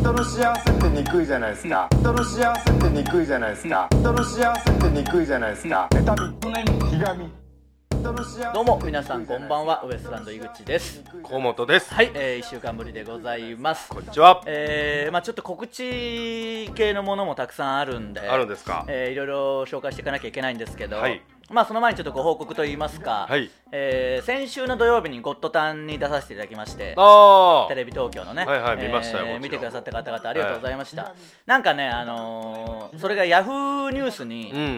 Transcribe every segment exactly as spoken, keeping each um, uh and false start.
人の幸せってにくいじゃないですか。人の幸せってにくいじゃないですか。人の幸せってにくいじゃないですか。妬み、ひがみ。 どうも皆さんこんばんは、ウエストランド井口です。 河本です。 はい、えー、いっしゅうかんぶりでございます。 こんにちは。 えー、まあちょっと告知系のものもたくさんあるんであるんですか。 えー、いろいろ紹介していかなきゃいけないんですけど、 はい、 まあその前にちょっとご報告といいますか、 はい、 えー、先週の土曜日にゴッドタンに出させていただきまして、 あテレビ東京のね、 はいはい、見ましたよ、 えー、見てくださった方々ありがとうございました。はい、 はい、 なんかね、あのー、それがヤフーニュースに、 うんうんうん、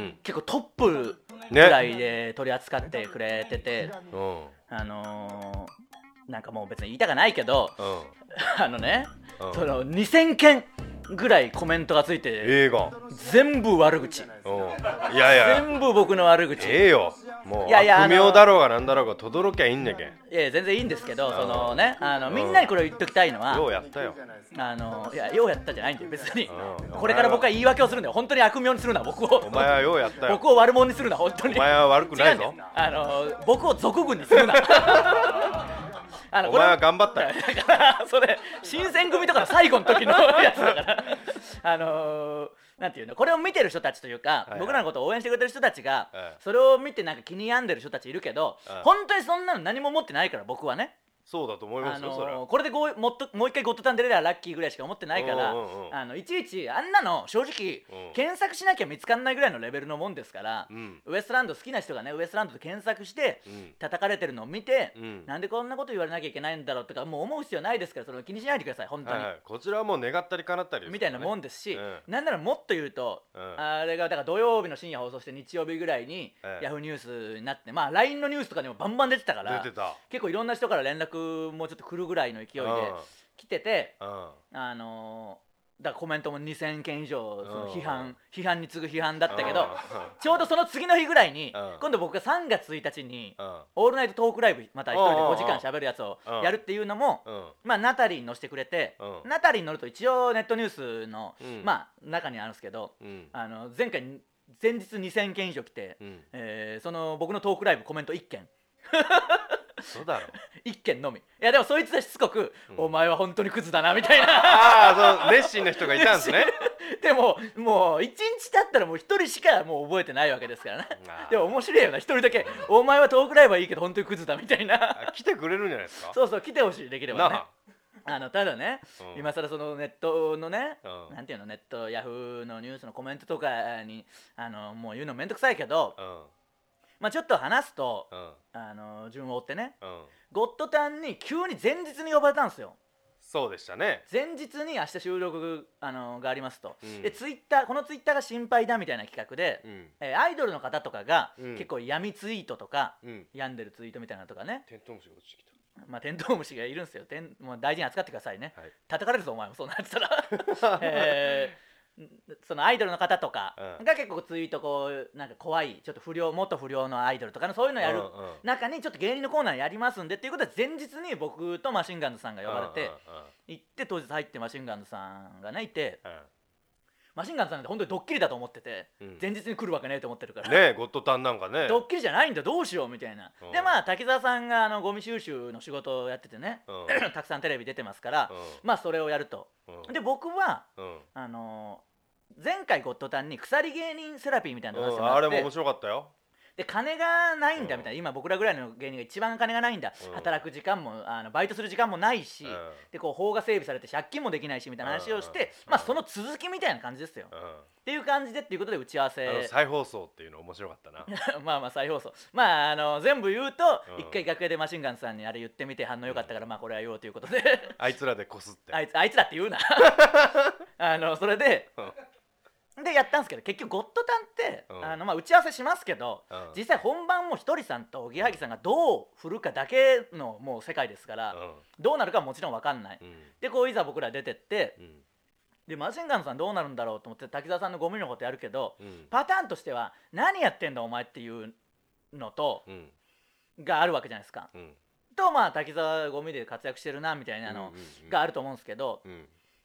結構トップぐらいで取り扱ってくれてて、ね、あのー、なんかもう別に言いたくないけど、うん、あのね、うん、そのにせんけんぐらいコメントがついて、 映画全部悪口、 うん、いやいや全部僕の悪口。 ええよ、もういやいや悪名だろうがなんだろうが轟きゃいいんだけん。 いや全然いいんですけど、そのね、あのみんなにこれを言っときたいのは、 ようやったよ。 あのいやようやったじゃないんだよ別に。これから僕は言い訳をするんだよ。本当に悪名にするな僕を。 お前はようやったよ。 僕を悪者にするな本当に。 お前は悪くないぞ。 あの僕を賊軍にするな。 あのお前は頑張ったよ。 だからそれ新選組とかの最後の時のやつだからあのー、なんていうの、これを見てる人たちというか、はいはい、僕らのことを応援してくれてる人たちが、はい、それを見てなんか気に病んでる人たちいるけど、はい、本当にそんなの何も持ってないから僕はね。 そうだと思いますよ、あのー、それはこれでごもっともう一回ゴッドタン出れたらラッキーぐらいしか思ってないから、うんうんうん、あのいちいちあんなの正直、うん、検索しなきゃ見つかんないぐらいのレベルのもんですから、うん、ウエストランド好きな人がねウエストランドで検索して、うん、叩かれてるのを見て、うん、なんでこんなこと言われなきゃいけないんだろうとかもう思う必要ないですから、それを気にしないでください本当に、はいはい、 こちらはもう願ったり叶ったりです、ね、 みたいなもんですし、 うん、 なんならもっと言うと、うん、あれがだから土曜日の深夜放送して日曜日ぐらいに、うん、ヤフーニュースになって、まあ ライン のニュースとかにもバンバン出てたから出てた、 結構いろんな人から連絡もちょっと来るぐらいの勢いで来てて、うん、あのー、だからコメントもにせんけん以上その批判、うん、批判に次ぐ批判だったけど、うん、ちょうどその次の日ぐらいに、うん、今度僕がさんがつついたちに、うん、オールナイトトークライブまた一人でごじかんしゃべるやつをやるっていうのも、うん、まあナタリーに乗せてくれて、うん、ナタリーに乗ると一応ネットニュースの、うん、まあ中にあるんですけど、うん、あの前回前日にせんけん以上来て、うん、えー、その僕のトークライブコメントいっけんそうだろいっけんのみ。いやでもそいつはしつこく、うん、お前は本当にクズだなみたいなああそう熱心な人がいたんですねでももういちにち経ったらもうひとりしかもう覚えてないわけですからね。でも面白いよな、ひとりだけお前はトークライブはいいけど本当にクズだみたいな来てくれるんじゃないですか。 そうそう来てほしい、できればね。あのただね、うん、今更そのネットのね、うん、なんていうのネットヤフーのニュースのコメントとかにあのもう言うのめんどくさいけど、うん、まあちょっと話すと、うん、あの順を追ってね、うん、ゴッドタンに急に前日に呼ばれたんですよ。 そうでしたね。 前日に明日収録あのがありますと、うん、でツイッターこのツイッターが心配だみたいな企画で、うん、えー、アイドルの方とかが、うん、結構闇ツイートとか、うん、病んでるツイートみたいなのとかね、 テントウムシが落ちてきた。 まあテントウムシがいるんですよ。てんもう大事に扱ってくださいね、はい、叩かれるぞお前もそうなってたら、えー、そのアイドルの方とかが結構ツイートこうなんか怖いちょっと不良元不良のアイドルとかのそういうのやる中にちょっと芸人のコーナーやりますんでっていうことで前日に僕とマシンガンズさんが呼ばれて行って、当日入ってマシンガンズさんがねいて、マシンガンズさんって本当にドッキリだと思ってて、うん、前日に来るわけねえと思ってるからね、ゴッドタンなんかねドッキリじゃないんだどうしようみたいな、うん、でまあ滝沢さんがあのゴミ収集の仕事をやっててね、うん、たくさんテレビ出てますから、うん、まあそれをやると、うん、で僕は、うん、あのー、前回ゴッドタンに鎖芸人セラピーみたいなのを出してもらって、 うん、あれも面白かったよ。 で金がないんだみたいな、うん、今僕らぐらいの芸人が一番金がないんだ、うん、働く時間もあのバイトする時間もないし、うん、でこう法が整備されて借金もできないしみたいな話をして、うん、まあその続きみたいな感じですよ、うん、っていう感じでっていうことで打ち合わせ、 あの再放送っていうの面白かったなまあまあ再放送、まああの全部言うと一、うん、回楽屋でマシンガンさんにあれ言ってみて反応良かったから、うん、まあこれは言おうということであいつらでこすってあいつあいつらって言うなあのそれででやったんですけど結局ゴッドタンって、うん、あのまあ打ち合わせしますけど、うん、実際本番もひとりさんとおぎやはぎさんがどう振るかだけのもう世界ですから、うん、どうなるかはもちろん分かんない、うん、でこういざ僕ら出てって、うん、でマシンガンさんどうなるんだろうと思って滝沢さんのゴミのことやるけど、うん、パターンとしては何やってんだお前っていうのと、うん、があるわけじゃないですか、うん、とまあ滝沢ゴミで活躍してるなみたいなのがあると思うんですけど、うんうんうん、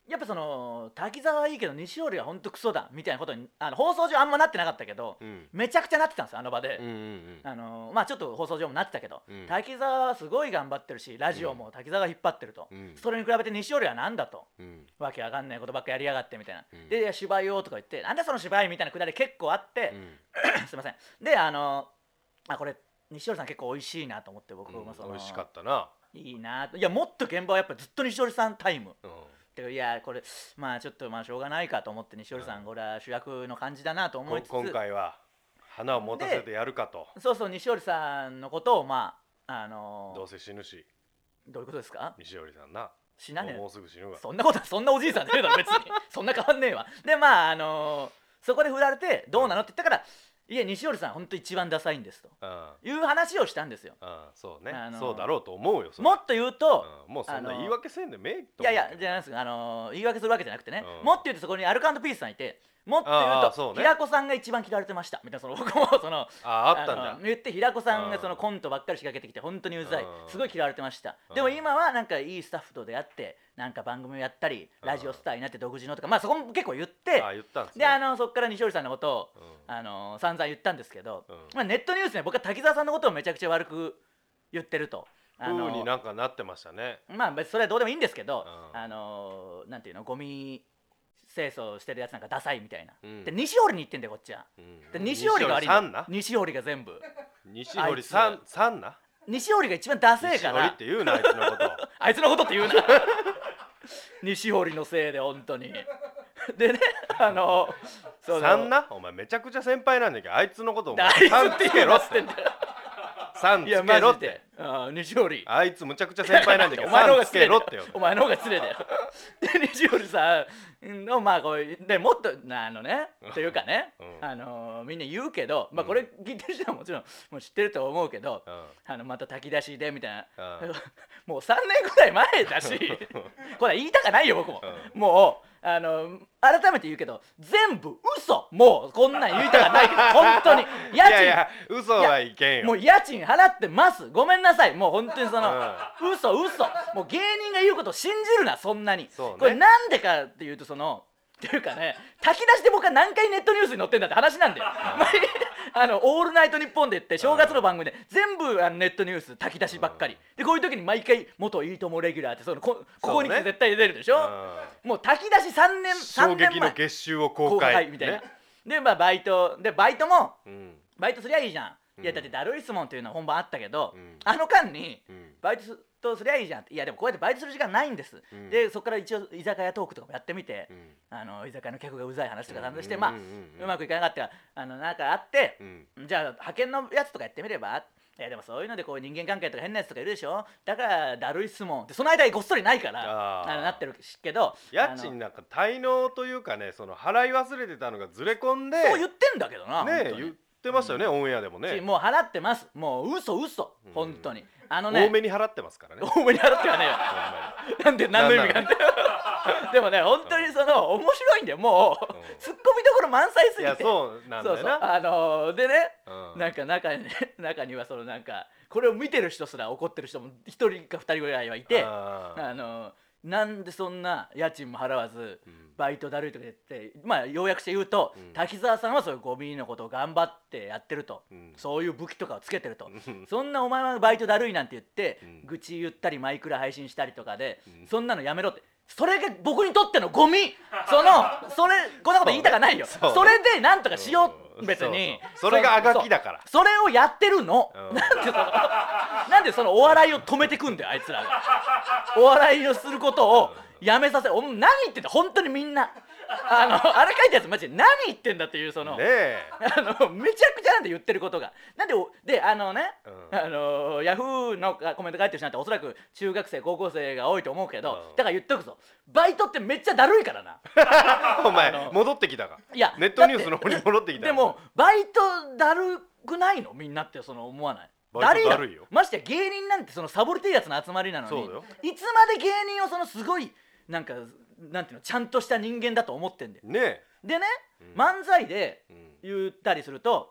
やっぱその滝沢はいいけど西織はほんとクソだみたいなことにあの放送上あんまなってなかったけど、うん、めちゃくちゃなってたんですよあの場で、うんうんうん、あのまあちょっと放送上もなってたけど、うん、滝沢はすごい頑張ってるしラジオも滝沢が引っ張ってると、うん、それに比べて西織はなんだと、うん、わけわかんないことばっかやりやがってみたいな、うん、で芝居をとか言ってなんでその芝居みたいなくだり結構あって、うん、すいませんであのあこれ西織さん結構美味しいなと思って僕もその、 うん、美味しかったないいないやもっと現場はやっぱずっと西織さんタイム、うんいやこれまあちょっとまあしょうがないかと思って西織さん、うん、これは主役の感じだなと思いつつ今回は花を持たせてやるかとそうそう西織さんのことをまああのー、 どうせ死ぬしどういうことですか西織さんな死なねえもうすぐ死ぬわそんなことそんなおじいさんじゃねえだろ別にそんな変わんねえわでまああのー、そこで振られてどうなのって言ったからいや西織さん本当一番ダサいんですという話をしたんですよ。 ああそうね、あのー、そうだろうと思うよもっと言うと、 うん、もうそんな言い訳せんでめえといやいやじゃないですか、あのー、言い訳するわけじゃなくてね、うん、もっと言うとそこにアルカンドピースさんいてもっと言うと、ね、平子さんが一番嫌われてましたみたいなその僕もそのああったんだ言って平子さんがそのコントばっかり仕掛けてきて本当にうざいすごい嫌われてましたでも今はなんかいいスタッフと出会ってなんか番組をやったりラジオスターになって独自のとかまあそこも結構言ってあ言ったんです、ね、 であのそこから西織さんのことを、うん、あの散々言ったんですけど、うんまあ、ネットニュースで僕は滝沢さんのことをめちゃくちゃ悪く言ってるとあの風になんかなってましたねまあ別にそれはどうでもいいんですけど、うん、あのなんていうのゴミ清掃してるやつなんかダサいみたいな、うん、で西織に言ってんだよこっちは、うん、で西織が悪いんだ西織が全部西織さんさんな西織が一番ダセえから西織って言うなあいつのことあいつのことって言うな西織のせいで本当にでねあのそうさんなお前めちゃくちゃ先輩なんだけどあいつのことお前さんつけろってさんつけろってあ西織あいつむちゃくちゃ先輩なんだけどお前の方が失礼だよお前の方が失礼だよで西織さんのまあこうでもっとあのねというかね、うん、あのみんな言うけどまあこれ聞いてる人はもちろんもう知ってると思うけど、うん、あのまた炊き出しでみたいな、うん、もうさんねんくらい前だしこれ言いたかないよ僕も、うん、もうあの改めて言うけど全部嘘もうこんなん言いたかないけど本当に家賃いやいや嘘はいけんよもう家賃払ってますごめんなさいもう本当にその、うん、嘘嘘もう芸人が言うことを信じるなそんなに、ね、これなんでかっていうとそのっていうかね炊き出しで僕は何回ネットニュースに載ってんだって話なんだよあのオールナイトニッポンで言って正月の番組で全部あのネットニュース炊き出しばっかりでこういう時に毎回元いいともレギュラーってその こ, ここに来て絶対出るでしょ、ね、もう炊き出しさんねん衝撃の月収を公開みたいな、ね、でまあバイトでバイトも、うん、バイトすりゃいいじゃん、うん、いやだってだるい質問っていうのは本番あったけど、うん、あの間に、うん、バイトとすりゃいいじゃんっていやでもこうやってバイトする時間ないんです、うん、でそこから一応居酒屋トークとかもやってみて、うん、あの居酒屋の客がうざい話とかなんとして、うん、まあ、うんうんうん、うまくいかなかったらあのなんかあって、うん、じゃあ派遣のやつとかやってみればいやでもそういうのでこう人間関係とか変なやつとかいるでしょだからだるい質問ってその間にごっそりないからあのなってるけど家賃なんか滞納というかねその払い忘れてたのがずれ込んでそう言ってんだけどなね言ってましたよね、うん、オンエアでもねもう払ってますもう嘘嘘、うん、本当にあのね多めに払ってますからね多めに払ってはねえよなんで何の意味があんだよでもね本当にその面白いんだよもう、うん、ツッコミどころ満載すぎていやそうなんだよなそうそうあのー、でね、うん、なんか中に、ね、中にはそのなんかこれを見てる人すら怒ってる人もひとりかふたりぐらいはいてああのーなんでそんな家賃も払わず、うん、バイトだるいとか言ってまあ要約して言うと、うん、滝沢さんはそういうゴミのことを頑張ってやってると、うん、そういう武器とかをつけてると、うん、そんなお前はバイトだるいなんて言って、うん、愚痴言ったりマイクラ配信したりとかで、うん、そんなのやめろってそれが僕にとってのゴミそのそれこんなこと言いたかないよ そ,、ね、それでなんとかしよう、うん、別にそうそうそれがあがきだからそ, それをやってるの、うん、なんでそのなんでそのお笑いを止めてくんだよあいつらがお笑いをすることをやめさせお何言ってんだ本当にみんなあのあれ書いたやつマジで何言ってんだっていうその、ね、あのめちゃくちゃなんで言ってることがなんでであのね、うん、あのヤフーのコメント書いてる人なんておそらく中学生高校生が多いと思うけど、うん、だから言っとくぞバイトってめっちゃだるいからなお前戻ってきたかいやネットニュースの方に戻ってきたでもバイトだるくないのみんなってその思わないだるいだるいよましてや芸人なんてそのサボりてえやつの集まりなのにいつまで芸人をそのすごいなんかなんていうのちゃんとした人間だと思ってんだよ、 ね、 でね、うん、漫才で言ったりすると、うん、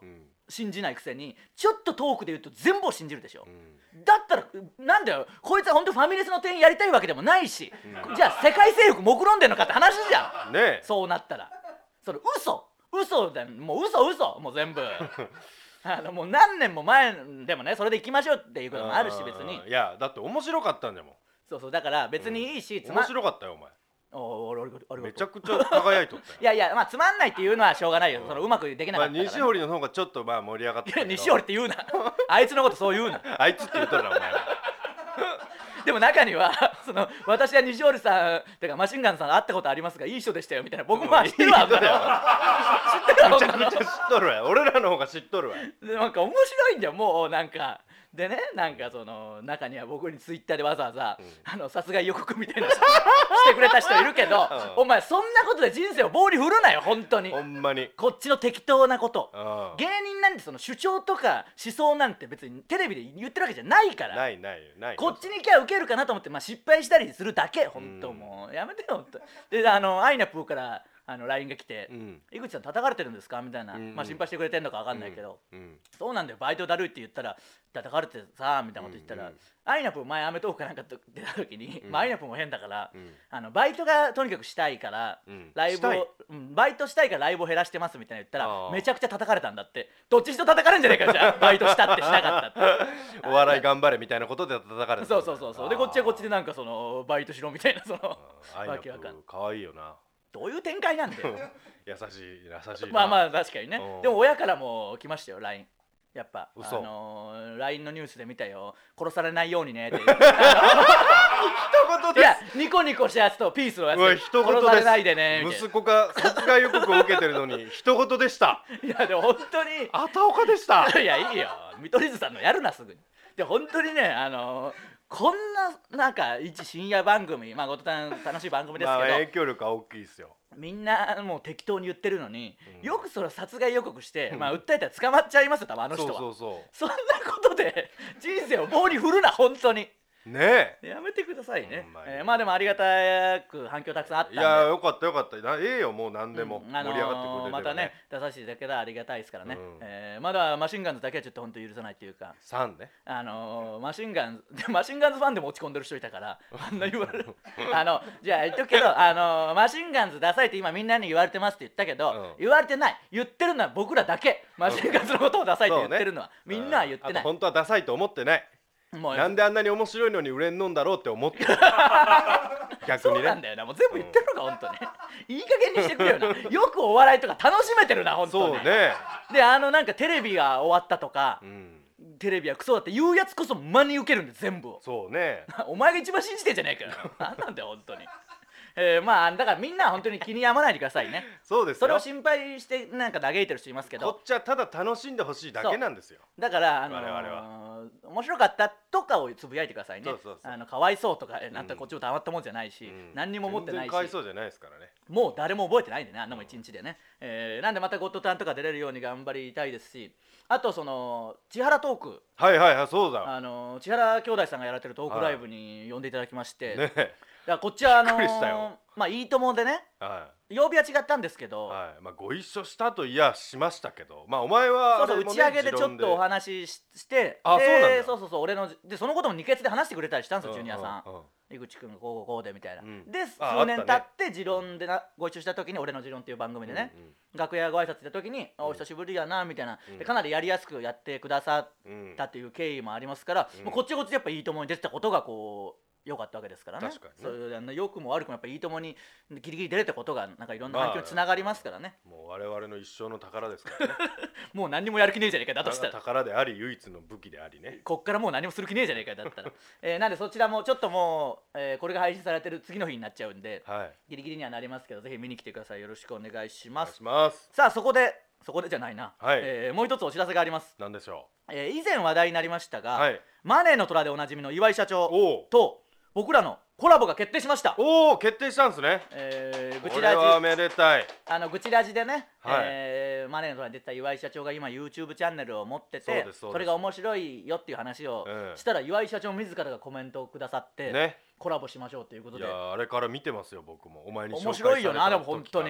信じないくせにちょっとトークで言うと全部を信じるでしょ、 うん、 だったらなんだよこいつは本当ファミレスの店員やりたいわけでもないし、うん、じゃあ世界征服目論んでんのかって話じゃん、ね、そうなったらそれ嘘嘘だよもう嘘嘘もう全部あのもう何年も前でもねそれで行きましょうっていうこともあるし別にいやだって面白かったんだもんそうそうだから別にいいし、 うん、面白かったよお前お俺俺俺めちゃくちゃ輝いとったよいやいやまあつまんないっていうのはしょうがないよ、うん、そのうまくできなかったから、ね、 まあ、西堀の方がちょっとまあ盛り上がってたけどいや西堀って言うなあいつのことそう言うなあいつって言っとるなお前はでも中にはその私は西堀さんてかマシンガンさん会ったことありますがいい人でしたよみたいな僕も知ってるわ知ってるわめちゃくちゃ知っとるわ俺らの方が知っとるわでなんか面白いんだよもうなんかでねなんかその中には僕にツイッターでわざわざ、うん、あの殺害予告みたいなしてくれた人いるけど、うん、お前そんなことで人生を棒に振るなよ本当にほんまにこっちの適当なこと、うん、芸人なんてその主張とか思想なんて別にテレビで言ってるわけじゃないからないないないこっちに行きゃウケるかなと思って、まあ、失敗したりするだけ本当もうやめてよであのアイナプーからあの ライン が来て、うん、井口さん叩かれてるんですかみたいな、うんうん、まあ心配してくれてんのか分かんないけど、うんうん、そうなんだよバイトだるいって言ったら叩かれてさみたいなこと言ったら、うんうん、アイナプー前アメトーークかなんか出た時に、うんまあ、アイナプーも変だから、うん、あのバイトがとにかくしたいから、うん、ライブを、うん、バイトしたいからライブを減らしてますみたいな言ったらめちゃくちゃ叩かれたんだってどっちにしろ叩かれんじゃねえかじゃあバイトしたってしなかったってお笑い頑張れみたいなことで叩かれたそうそうそうそうでこっちはこっちでなんかそのバイトしろみたいなそのわけわかんないかわいいよなどういう展開なんだよ優しい優しいまあまあ確かにねでも親からも来ましたよ ライン やっぱ嘘あのー、ライン のニュースで見たよ殺されないようにねって一言ですいやニコニコしたやつとピースのやつで一言殺されないでね息子が殺害予告を受けてるのに一言でしたいやでも本当にあたおかでしたいやいいよ見取り図さんのやるなすぐにで本当にねあのーこんななんか一深夜番組まあごとたん楽しい番組ですけど、まあ、 影響力は大きいですよみんなもう適当に言ってるのに、うん、よくそれ殺害予告して、うん、まあ訴えたら捕まっちゃいますよ多分あの人はそうそうそうそんなことで人生を棒に振るな本当にねえやめてくださいね、えー、まあでもありがたく反響たくさんあったんでいやよかったよかったええよもう何でも、 うんあのー、 盛り上がってくれてる、ね、 またね出させていただけたらありがたいですからね、うんえー、まだマシンガンズだけはちょっと本当許さないっていうかさんねあのー、マシンガンズマシンガンズファンでも落ち込んでる人いたからあんな言われるあのじゃあ言っとくけどあのー、マシンガンズダサいって今みんなに言われてますって言ったけど、うん、言われてない言ってるのは僕らだけマシンガンズのことをダサいって言ってるのは、ね、みんなは言ってない、 あと本当はダサいと思ってないもうなんであんなに面白いのに売れんのんだろうって思ってる逆にねそうなんだよなもう全部言ってるのか、うん、本当にいい加減にしてくれよなよくお笑いとか楽しめてるな本当にそうねであのなんかテレビが終わったとか、うん、テレビはクソだって言うやつこそ真に受けるんで全部をそうねお前が一番信じてんじゃねえかよなんなんだよ本当にえー、まあだからみんなは本当に気に病まないでくださいねそうですよそれを心配してなんか嘆いてる人いますけどこっちはただ楽しんでほしいだけなんですよだからあのー、 我々は面白かったとかをつぶやいてくださいねそうそうそうあのかわいそうとかなんかこっちもたまったもんじゃないし、うん、何にも思ってないし全然かわいそうじゃないですからねもう誰も覚えてないんでねあんなもん一日でね、えー、なんでまたゴッドタンとか出れるように頑張りたいですしあとその千原トークはいはいはいそうだあの千原兄弟さんがやられてるトークライブに呼んでいただきまして、 はい、ねだからこっちはあのー、まあいいともでね、 はい、曜日は違ったんですけど、 はいまあ、ご一緒したといやしましたけどまあお前はそうそう、ね、打ち上げでちょっとお話ししてあでそうなんだそうそうそう俺のでそのことも二欠で話してくれたりしたんですよ、ジュニアさん、うんうん、井口君がこうこうこうでみたいな、うん、で数年経って持論でなご一緒した時に俺の持論っていう番組でね、うんうん、楽屋ご挨拶行った時に、うん、お久しぶりやなみたいな、うん、でかなりやりやすくやってくださったっていう経緯もありますから、うん、もうこっちこっちでやっぱいいともに出てたことがこう良かったわけですからね。 確かにね。 そういうあの良くも悪くもやっぱいいともにギリギリ出れたことがなんかいろんな反響につながりますからね。 まあ、もう我々の一生の宝ですからね。 もう何にもやる気ねえじゃねえかだとしたら。 宝であり唯一の武器でありね。 こっからもう何もする気ねえじゃねえかだったら。えー、なんでそちらもちょっともう、えー、これが配信されてる次の日になっちゃうんで、はい、ギリギリにはなりますけどぜひ見に来てください。よろしくお願いします。 お願いします。 さあそこでそこでじゃないな。 はい、 えー、もう一つお知らせがあります。 何でしょう。えー、以前話題になりましたが、 はい、 マネーの虎でおなじみの岩井社長と僕らのコラボが決定しました。 おお決定したんですね。 えー、 ぐちラジこれはめでたい。 あのぐちラジでね、はい、えー、マネーの虎に出た岩井社長が今 YouTube チャンネルを持ってて そ, それが面白いよっていう話をしたら、うん、岩井社長自らがコメントをくださって、ね、コラボしましょうということで。 いやあれから見てますよ僕も。お前に紹介された面白いよなでも本当に。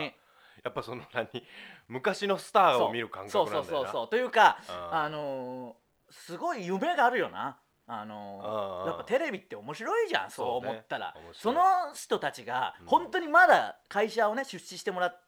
やっぱその何昔のスターを見る感覚なんだよな。 そうそうそうそうというかあのー、すごい夢があるよな。あのー、やっぱテレビって面白いじゃん。そう思ったら そ,、ね、その人たちが本当にまだ会社をね出資してもらった、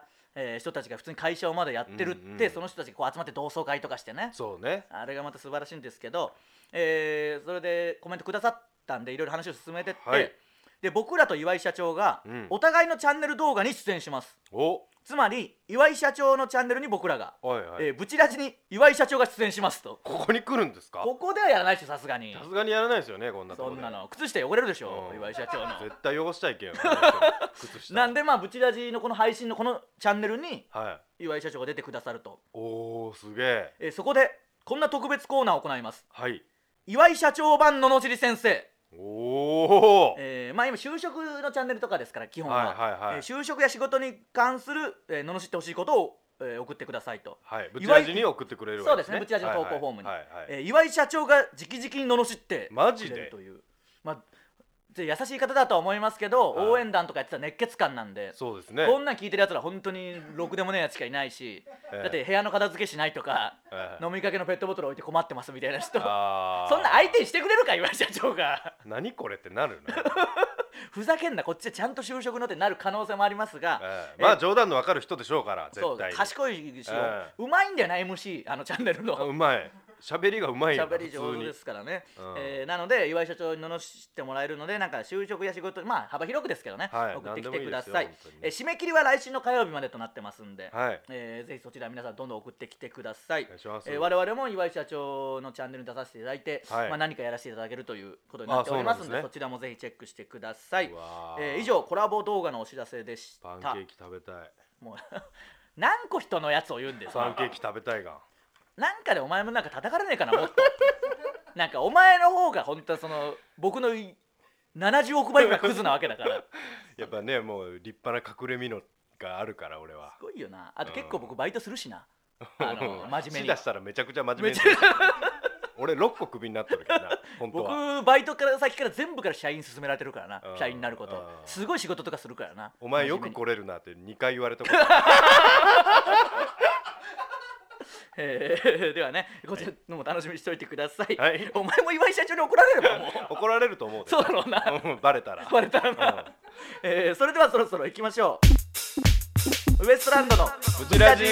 えー、人たちが普通に会社をまだやってるって、うんうん、その人たちがこう集まって同窓会とかしてね。 そうね。 あれがまた素晴らしいんですけど、えー、それでコメントくださったんでいろいろ話を進めてって、はい、で僕らと岩井社長がお互いのチャンネル動画に出演します、うん、おつまり岩井社長のチャンネルに僕らが、はいはい、えー、ブチラジに岩井社長が出演しますと。 ここに来るんですか？ ここではやらないでしょ、さすがに。 さすがにやらないですよね、こんなとこで。 そんなの靴下汚れるでしょ、うん、岩井社長の。 絶対汚しちゃいけんよ靴下なんでまあブチラジのこの配信のこのチャンネルに岩井社長が出てくださると、はい、 おーすげえ。 えー、そこでこんな特別コーナーを行います。 はい。 岩井社長版ののしり先生。 おお、 えー、まあ今就職のチャンネルとかですから基本は、 はいはいはい、 えー、就職や仕事に関する、えー、罵ってほしいことを、えー、送ってくださいと。 はい、ブチラジに送ってくれるわけですね。 そうですね、ブチラジの投稿フォームに、はいはいはいはい、えー、岩井社長が直々に罵ってくれるという。マジで。まあ優しい方だとは思いますけど、はい、応援団とかやってた熱血感なんで、 そうですね、 こんなん聞いてるやつら本当にろくでもねえやつしかいないし、えー、だって部屋の片付けしないとか、えー、飲みかけのペットボトル置いて困ってますみたいな人、そんな相手にしてくれるか岩井社長が。 何これってなるね。 ふざけんな、こっちでちゃんと就職のってなる可能性もありますが、 えー、まあ冗談の分かる人でしょうから絶対に。 賢いし、えー、うまいんだよな エムシー、あのチャンネルの。 うまい、喋りがうまいよ。 喋り上手ですからね、うん、えー、なので岩井社長に罵ってもらえるので、なんか就職や仕事、まあ幅広くですけどね、はい、送ってきてください。いいえー、締め切りは来週の火曜日までとなってますんで、はい、えー、ぜひそちら皆さんどんどん送ってきてください。お願いします。えー、我々も岩井社長のチャンネルに出させていただいて、はい、まあ、何かやらせていただけるということになっておりますの で, そ, で、ね、そちらもぜひチェックしてください。えー、以上コラボ動画のお知らせでした。 パンケーキ食べたい。 もう何個人のやつを言うんですか。 パンケーキ食べたいがなんかでお前もなんか叩かれねえかな、もっと。なんかお前の方が本当はその僕のななじゅうおくばいぐらいクズなわけだから。 やっぱね、もう立派な隠れ身のがあるから俺は。 すごいよな。あと結構僕バイトするしな。あの真面目に。 しだしたらめちゃくちゃ真面目に。俺ろっこクビになってるけどな。本当は僕バイトから先から全部から社員勧められてるからな。社員になること。すごい仕事とかするからな。 お前よく来れるなってにかい言われたこと。 えー、ではね、こちらのも楽しみにしておいてください。はい、お前も岩井社長に怒られればもう怒られると思う。 そうだろうな。 バレたら。 バレたらな。うん、えー、それではそろそろ行きましょう。ウエストランドのブチラジ。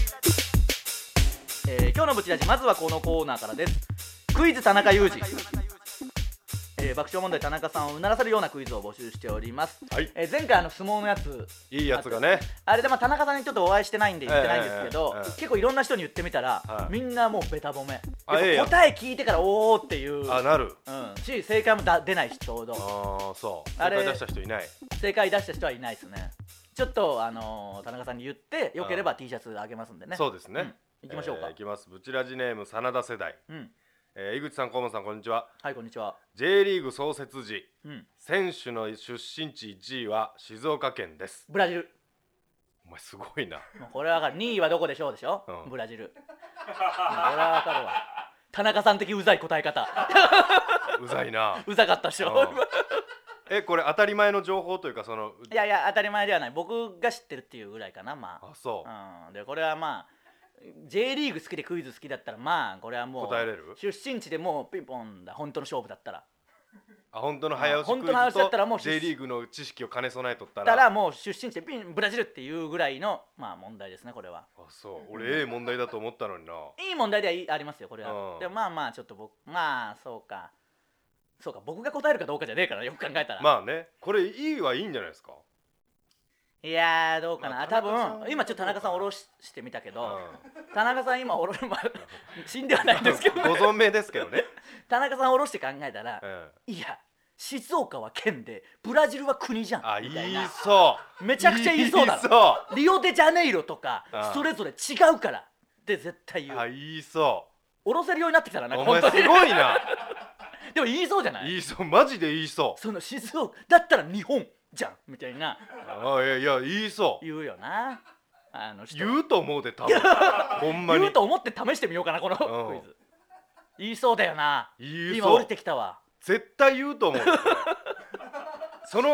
えー、今日のブチラジ、まずはこのコーナーからです。クイズ田中裕二。えー、爆笑問題田中さんをうならせるようなクイズを募集しております。はい、えー、前回あの相撲のやつ、 いいやつがね、 あれでまあ田中さんにちょっとお会いしてないんで言ってないんですけど、えーえーえー、結構いろんな人に言ってみたら、はい、みんなもうベタ褒め。答え聞いてからおおっていう。 あ、なる。 うん。し正解もだ出ないしちょうど。 ああ、そう。正解出した人いない。 正解出した人はいないですね。ちょっとあのー、田中さんに言ってよければ T シャツあげますんでね。 そうですね。 うん、行きましょうか。 えー、行きます。ブチラジネーム真田世代。うん。えー、井口さん、河本さん、こんにちは。 はい、こんにちは。 J リーグ創設時、うん、選手の出身地いちいは静岡県です。 ブラジル。 お前すごいな。 もうこれは分かる。にいはどこでしょうでしょ、うん、ブラジル。これは分かるわ。田中さん的うざい答え方。 うざいな。 うざかったでしょ、うん、 え、これ当たり前の情報というか、そのいやいや当たり前ではない。僕が知ってるっていうぐらいかな。まあ、 あ、そう、 うん、でこれはまあJ リーグ好きでクイズ好きだったら、まあこれはもう答えれる。 出身地でもうピンポンだ。本当の勝負だったら。 あ、本当の早押しクイズと J リーグの知識を兼ね備えとったら、 たらもう出身地でピンブラジルっていうぐらいのまあ問題ですね、これは。 あ、そう。俺ええ問題だと思ったのにな。 いい問題ではありますよ、これは。うん、でもまあまあちょっと僕、まあそうかそうか僕が答えるかどうかじゃねえから、よく考えたら。 まあね、これいいはいいんじゃないですか。 いやーどうかな、まあ、多分今ちょっと田中さん下ろしてみたけど、うん、田中さん今下ろし、まあ、死んではないんですけど、ね、 ご存命ですけどね。 田中さん下ろして考えたら、うん、いや静岡は県でブラジルは国じゃんあ、 みたいな。 言いそう。 めちゃくちゃ言いそうだろ。リオデジャネイロとかそれぞれ違うからって絶対言う。 あ、言いそう。 下ろせるようになってきたらなんかお前すごいな。 でも言いそうじゃない。 言いそう、マジで言いそう。 その静岡だったら日本じゃんみたいな。 あ、いやいや言いそう。 言うよな。あの人言うと思うで多分。ほんまに言うと思って試してみようかなこのクイズ。言いそうだよな。 言いそう。 今降りてきたわ。 絶対言うと思う。その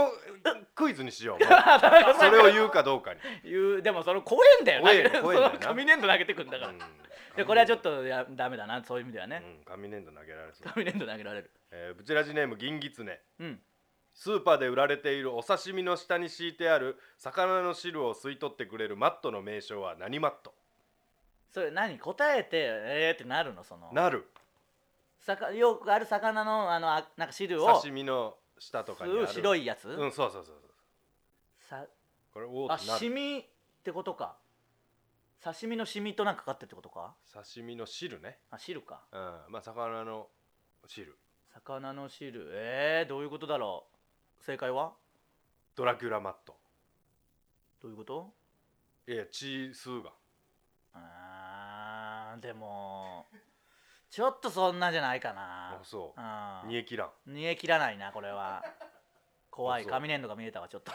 クイズにしようもうそれを言うかどうかに言う。でもその怖えんだよ怖え怖えんだよな紙粘土投げてくんだから、うん、でこれはちょっとやダメだな、そういう意味ではね、 うん、紙粘土投げられそう。 紙粘土投げられる。 えー、ブチラジネーム銀ギツネ、 うん、 スーパーで売られているお刺身の下に敷いてある魚の汁を吸い取ってくれるマットの名称は何マット？ それ何答えてえーってなるの？そのなるさかよくある魚のあのあなんか汁を刺身の下とかにある白いやつ、 うん、そうそうそうそうさこれおーあってなる。 シミってことか。刺身のシミとなんかかかってるってことか。 刺身の汁ね。 あ、汁か。 うん、まあ魚の汁。 魚の汁、えー、どういうことだろう。正解はドラキュラマット。 どういうこと？ いや血吸うが。 あーでもちょっとそんなじゃないかな。 あ、そう。 あ煮え切らん。 煮え切らないなこれは。怖い。紙粘土が見えたわちょっと。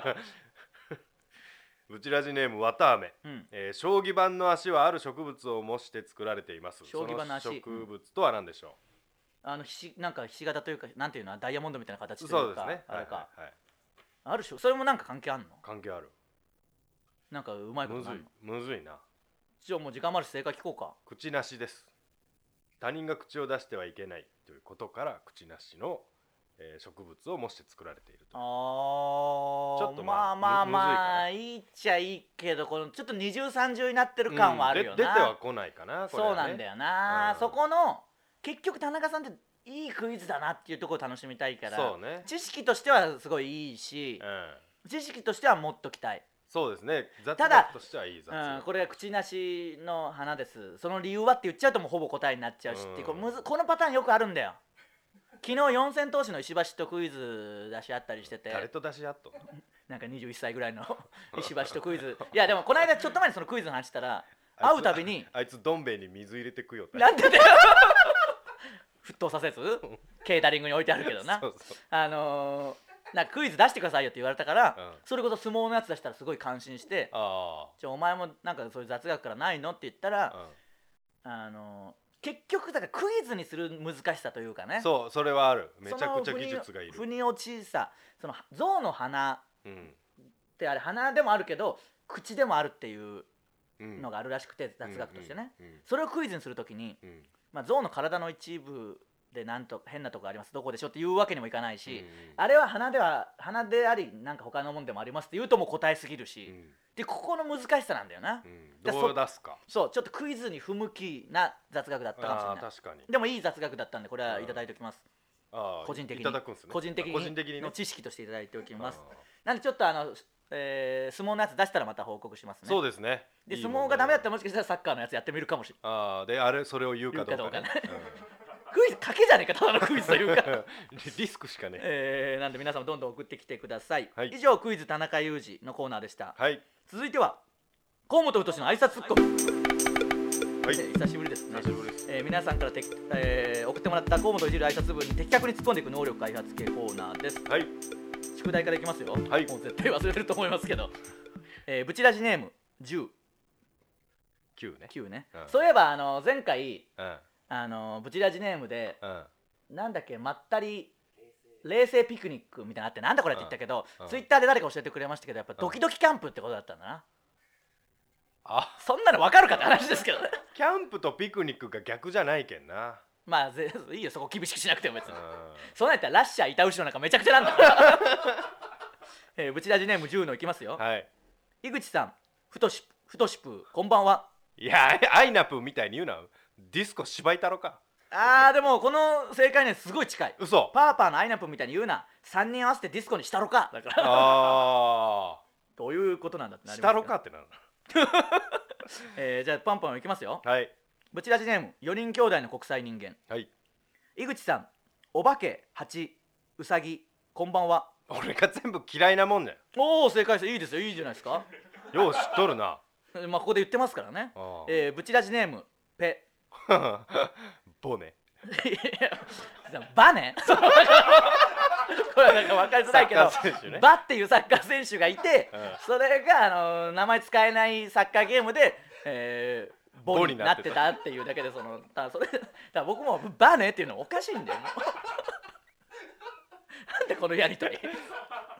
ブチラジネームわたあめ、 うんえー、将棋盤の足はある植物を模して作られています。 将棋盤の足その植物とは何でしょう？ あのひしなんかひし形というかなんていうのダイヤモンドみたいな形というか。 そうですね。 あれか、 はいはいはい、 ある種それもなんか関係あんの？ 関係ある。 なんかうまいことむずないの？ むずいな。 じゃあもう時間もあるし正解聞こうか。 口なしです。他人が口を出してはいけないということから口なしの、えー、植物を模して作られていると。 あーちょっとまあまあまあまあむいいっちゃいいけどこのちょっと二重三重になってる感はあるよな、 うん、で出てはこないかなこれは、ね、 そうなんだよな、 うん、 そこの結局田中さんっていいクイズだなっていうところを楽しみたいから、 そうね、 知識としてはすごいいいし、 うん、 知識としてはもっときたい。 そうですね、雑ただ学としてはいい雑うん、 学、 これが口なしの花です、その理由はって言っちゃうともうほぼ答えになっちゃうし、 うんっていうこれむずこのパターンよくあるんだよ。昨日四千頭身の石橋とクイズ出し合ったりしてて、 誰と出し合っとんの？ なんかにじゅういっさいぐらいの石橋とクイズいやでもこの間ちょっと前にそのクイズの話したら会うたびにあいつどん兵衛に水入れてくよってなんでだよ沸騰させずケータリングに置いてあるけどなそうそう、 あのー、なんかクイズ出してくださいよって言われたから、 うん、 それこそ相撲のやつ出したらすごい感心して、 あじゃあお前もなんかそういう雑学からないのって言ったら、 あ、 あのー結局だからクイズにする難しさというかね、 うん、そうそれはある、めちゃくちゃ技術がいる。 腑に落ちさ、その象の鼻うんってあれ鼻でもあるけど口でもあるっていううんのがあるらしくて、雑学としてね、 うんうんそれをクイズにするときに、 うんまあ、象の体の一部でなんと変なとこあります、どこでしょうって言うわけにもいかないし、 うんうん、 あれは鼻では鼻でありなんか他のもんでもありますって言うともう答えすぎるし、 うんでここの難しさなんだよな、 うん、どう出すか。 そうちょっとクイズに不向きな雑学だったかもしれない。 あ、確かに。 でもいい雑学だったんでこれはいただいておきます、 あ、 個人的にいただくんすね、 個人的に個人的にねの知識としていただいておきます。なんでちょっとあの、えー、相撲のやつ出したらまた報告しますね。 そうですね。 で相撲がダメだったらもしかしたらサッカーのやつやってみるかもしれない。 ああ、であれそれを言うかどうかね。 言うかどうかねクイズ賭けじゃねえかただのクイズというかリスクしかね。 えー、なんで皆さんどんどん送ってきてください、 はい、 以上クイズ田中裕二のコーナーでした、 はい、 続いては河本太の挨拶ツッコミ、 はい、 えー、久しぶりですね。 久しぶりです。 えー、皆さんからて、えー、送ってもらった河本いじる挨拶文に的確に突っ込んでいく能力開発系コーナーです。 はい、 宿題からいきますよ、 はい、 もう絶対忘れてると思いますけど、えー、ブチラジネームじゅうきゅうね、 きゅうね、 うん、 そういえばあの前回、 うん、 あのブチラジネームで、 うん、 なんだっけまったり冷静ピクニックみたいなのあってなんだこれって言ったけど、 うん、 ツイッターで誰か教えてくれましたけどやっぱドキドキキャンプってことだったんだな、 あ、 そんなの分かるかって話ですけどねキャンプとピクニックが逆じゃないけんな。 まあぜいいよそこ厳しくしなくても別に、 うん、 そうなったらラッシャー板後ろなんかめちゃくちゃなんだからえー、ブチラジネームじゅうのいきますよ、 はい、 井口さん、ふとしふとしぷーこんばんは。 いやアイナプーみたいに言うな、ディスコ芝居太郎か。 あーでもこの正解ねすごい近い。 嘘。 パーパーのアイナプーみたいに言うな、さんにん合わせてディスコにしたろかだからあどういうことなんだってなあ、 りますよしたろかってなるえー、じゃあパンパンいきますよ。 はい、 ブチラジネームよにん兄弟の国際人間、 はい、 井口さん、お化け、蜂、うさぎこんばんは。 俺が全部嫌いなもんね。 おお正解です。いいですよ、いいじゃないですか。 よう知っとるなまあここで言ってますからね。えー、ブチラジネームペボネバねこれはなんか分かりづらいけど、 ね、 バっていうサッカー選手がいて、うん、それが、あのー、名前使えないサッカーゲームで、えー、ボになってたっていうだけで、そのだそれだ僕もバねっていうのおかしいんだよなんでこのやりとり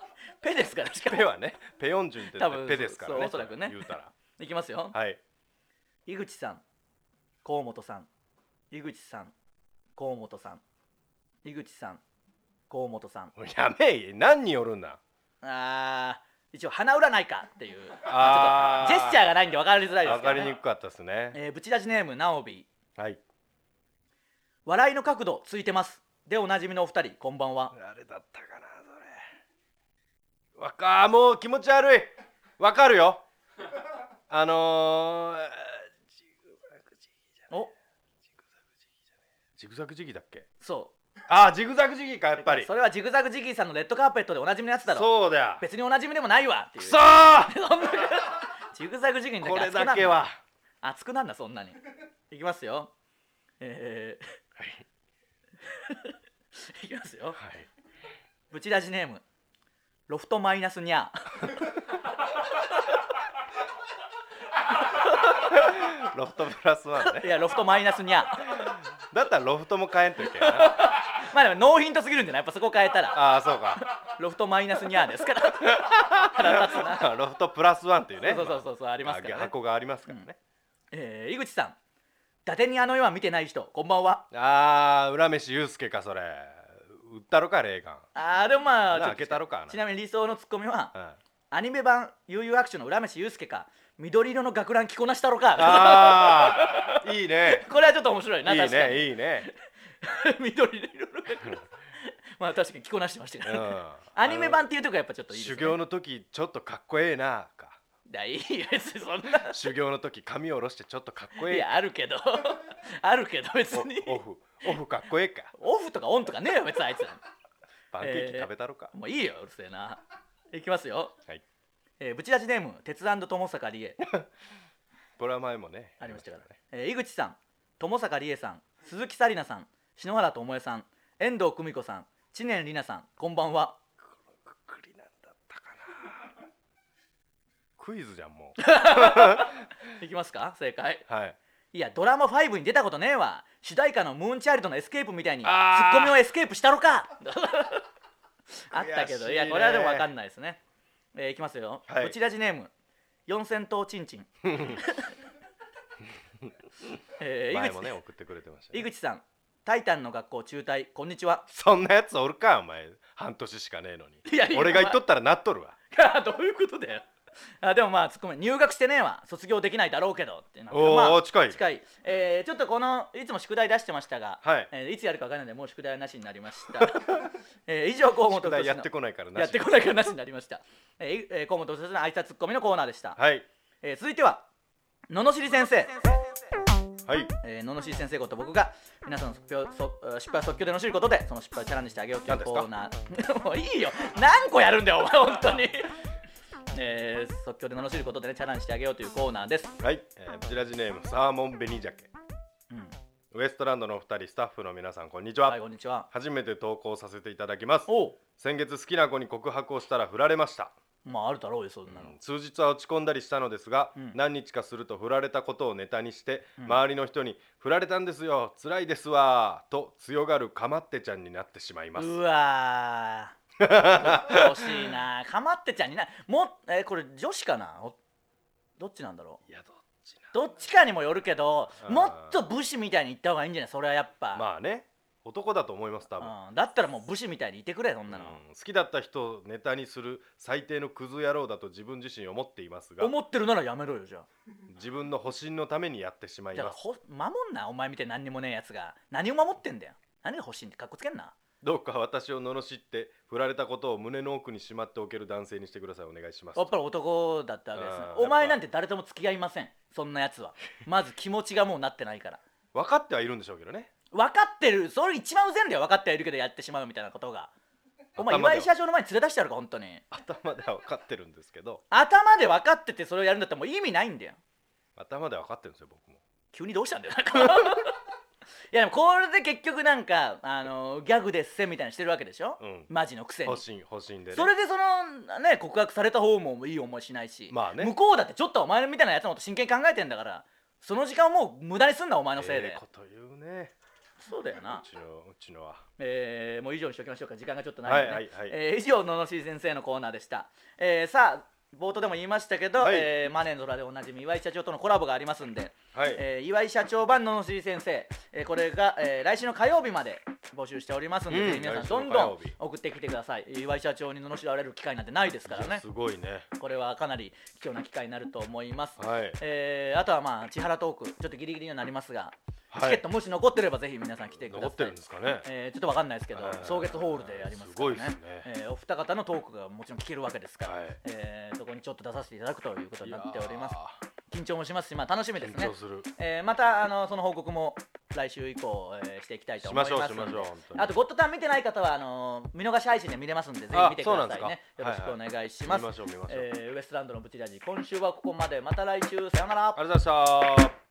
ペですから。しかもペはね、ペヨンジュンって多分ペですからね。 そうおそらくね言うたら。 いきますよ。 はい。 井口さん、河本さん、井口さん、河本さん、井口さん、河本さん。 やめい、何人おるんだ。 あー、一応鼻占いかっていう。 あーちょっとジェスチャーがないんで分かりづらいですわけど、ね。 かりにくかったですね。 えー、ブチラジネームナオビー。 はい。 笑いの角度ついてますでおなじみのお二人、こんばんは。 あれだったかな、それ。わかー、もう気持ち悪い。わかるよ。あのー、 お、 ジグザグジギーだっけ。 そあー、ジグザグジギーか、やっぱう。 り。 それはジグザグジギーさんのレッドカーペットでおなじみのやつだろ。 そうだよ。 別におなじみでもないわっていう。 くそーそんなジグザグジギーにこれ熱くなんだけは。 熱くなんだそんなに。いきますよ。えはい。 ー、いきますよ。 はい。 ブチラジネームロフトマイナスニャー。 ロフトプラスワンね。 いやロフトマイナスニャー。 だったらロフトも変えんといけないな。 まあでもノーヒントすぎるんじゃない。やっぱそこ変えたらああ、そうか。 ロフトマイナスニャーですから。腹立つな。 ロフトプラスワンっていうね。 そうそうそうそう、ありますからね。 箱がありますからね。 えー、井口さん、伊達にあの世は見てない人、こんばんは。 ああ、浦飯祐介かそれ。売ったろかレーガン。 あーでもまあなちょっと開けたろかなちなみに理想のツッコミは、 はアニメ版悠々白書の浦飯祐介か緑色の学ラン着こなしたろか。 ああ、いいね。 これはちょっと面白いな。 いい確かにね、いいね。 緑色の学ラン。まあ確かに着こなしてましたからね。 うんアニメ版っていうとこやっぱちょっといいですね。 修行の時ちょっとかっこええなか。 だいいよ別にそんな。 修行の時髪を下ろしてちょっとかっこええ。 いやあるけどあるけど別におオフオフかっこええか。 オフとかオンとかねえよ別にあいつら。 パンケーキ食べたろか。 もういいようるせえな。いきますよ。 はい。 えー、ブチラジネーム鉄腕友坂理恵。 これは前もねありましたからね。えー、井口さん、友坂理恵さん、鈴木紗理奈さん、篠原智恵さん、遠藤久美子さん、知念里奈さん、こんばんは。 くくりなんだったかな。クイズじゃんもいきますか正解。 う。はい。 いやドラマファイブに出たことねえわ。主題歌のムーンチャイルドのエスケープみたいにツあーッコミをエスケープしたろか。あったけど、 悔しいねいやこれはでも分かんないですね。えー、いきますよ。 はいブチラジネーム四千頭ちんちん。えー、井口前もね送ってくれてましたね。 井口さん、タイタンの学校中退、こんにちは。 そんなやつおるかお前。半年しかねえのに。 いやいや俺が言っとったらなっとるわ。 どういうことだよ。あでもまあツッコミ入学してねえわ、卒業できないだろうけどっていうのはおーまあ、 近い近い、えー、ちょっとこのいつも宿題出してましたが、 はいえーいつやるか分からないのでもう宿題はなしになりました。えー、以上河本宿題太のやってこないからなし。 やってこないからなしになりました。えーえー、河本太の挨拶ツッコミのコーナーでした。 はいえー、続いては罵り先生。 はい。 えー、罵り先生こと僕が皆さんの失敗をそ失敗を即興で罵ることでその失敗をチャレンジしてあげようというコーナー。もういいよ、何個やるんだよお前本当に。えー、即興で罵ることでねチャレンジしてあげようというコーナーです。 はい。えー、ブチラジネームサーモン紅鮭。 うん、 ウエストランドのお二人スタッフの皆さんこんにちは。 はいこんにちは。 初めて投稿させていただきます。 おう、 先月好きな子に告白をしたら振られました。 まああるだろうよそんなの。 数日は落ち込んだりしたのですが、 うん何日かすると振られたことをネタにして、 うん周りの人に振られたんですよ辛いですわと強がるかまってちゃんになってしまいます。 うわー欲しいな。かまってちゃんになもえーこれ女子かなおどっちなんだろう。 いやどっちな。 どっちかにもよるけどあーもっと武士みたいに言った方がいいんじゃない。それはやっぱ、 まあね男だと思います多分。 うん、だったらもう武士みたいにいてくれそんなの、 うん好きだった人をネタにする最低のクズ野郎だと自分自身思っていますが、 思ってるならやめろよじゃあ。 自分の保身のためにやってしまいます。 だからほ守んなお前みたいに何にもねえやつが何を守ってんだよ。何が欲しいんってかっこつけんな。 どうか私を罵って振られたことを胸の奥にしまっておける男性にしてください。お願いします。 やっぱり男だったわけですねあ。ーお前なんて誰とも付き合いませんそんなやつは。まず気持ちがもうなってないから。 分かってはいるんでしょうけどね。 分かってる、それ一番うぜんだよ。分かってはいるけどやってしまうみたいなことが。お前頭では岩井社長の前に連れ出してやるか本当に。 頭では分かってるんですけど、 頭で分かっててそれをやるんだったらもう意味ないんだよ。 頭では分かってるんですよ僕も。 急にどうしたんだよなんかいやでもこれで結局なんかあのギャグですせみたいにしてるわけでしょ、 うんマジのくせに。 保身保身でね。 それでそのね告白された方もいい思いしないし、 まあね向こうだってちょっとお前みたいなやつのこと真剣に考えてんだから、その時間をもう無駄にすんなお前のせいで、 ええこと言うね。 そうだよな。 うちのうちのは、 えー、もう以上にしておきましょうか、時間がちょっとないので、ね、 はいはいはい、 えー、以上ののしり先生のコーナーでした。えー、さあ冒頭でも言いましたけど、はい、えー、マネーの虎でおなじみ岩井社長とのコラボがありますんで、はい、えー、岩井社長版ののしり先生、えー、これが、えー、来週の火曜日まで募集しておりますんで、うん、ぜひ皆さんどんどん送ってきてください。岩井社長に罵られる機会なんてないですからね。 すごいね。 これはかなり貴重な機会になると思います。 はい、 えー、あとはまあ千原トークちょっとギリギリにはなりますが、チケットもし残ってればぜひ皆さん来てください。 残ってるんですかね。 えー、ちょっとわかんないですけど、草月ホールでやりますからね。 すごいですね。 えー、お二方のトークがもちろん聞けるわけですから、はい、えー、そこにちょっと出させていただくということになっております。緊張もしますし、まあ楽しみですね。 緊張する。 えー、またあのその報告も来週以降、えー、していきたいと思いますので。 しましょうしましょう。本当に。 あとゴッドタン見てない方はあの見逃し配信で見れますんで、ぜひ見てくださいね。よろしくお願いします。 見ましょう見ましょう。 えー、ウエストランドのブチラジ、今週はここまで。また来週、さようなら。 ありがとうございました。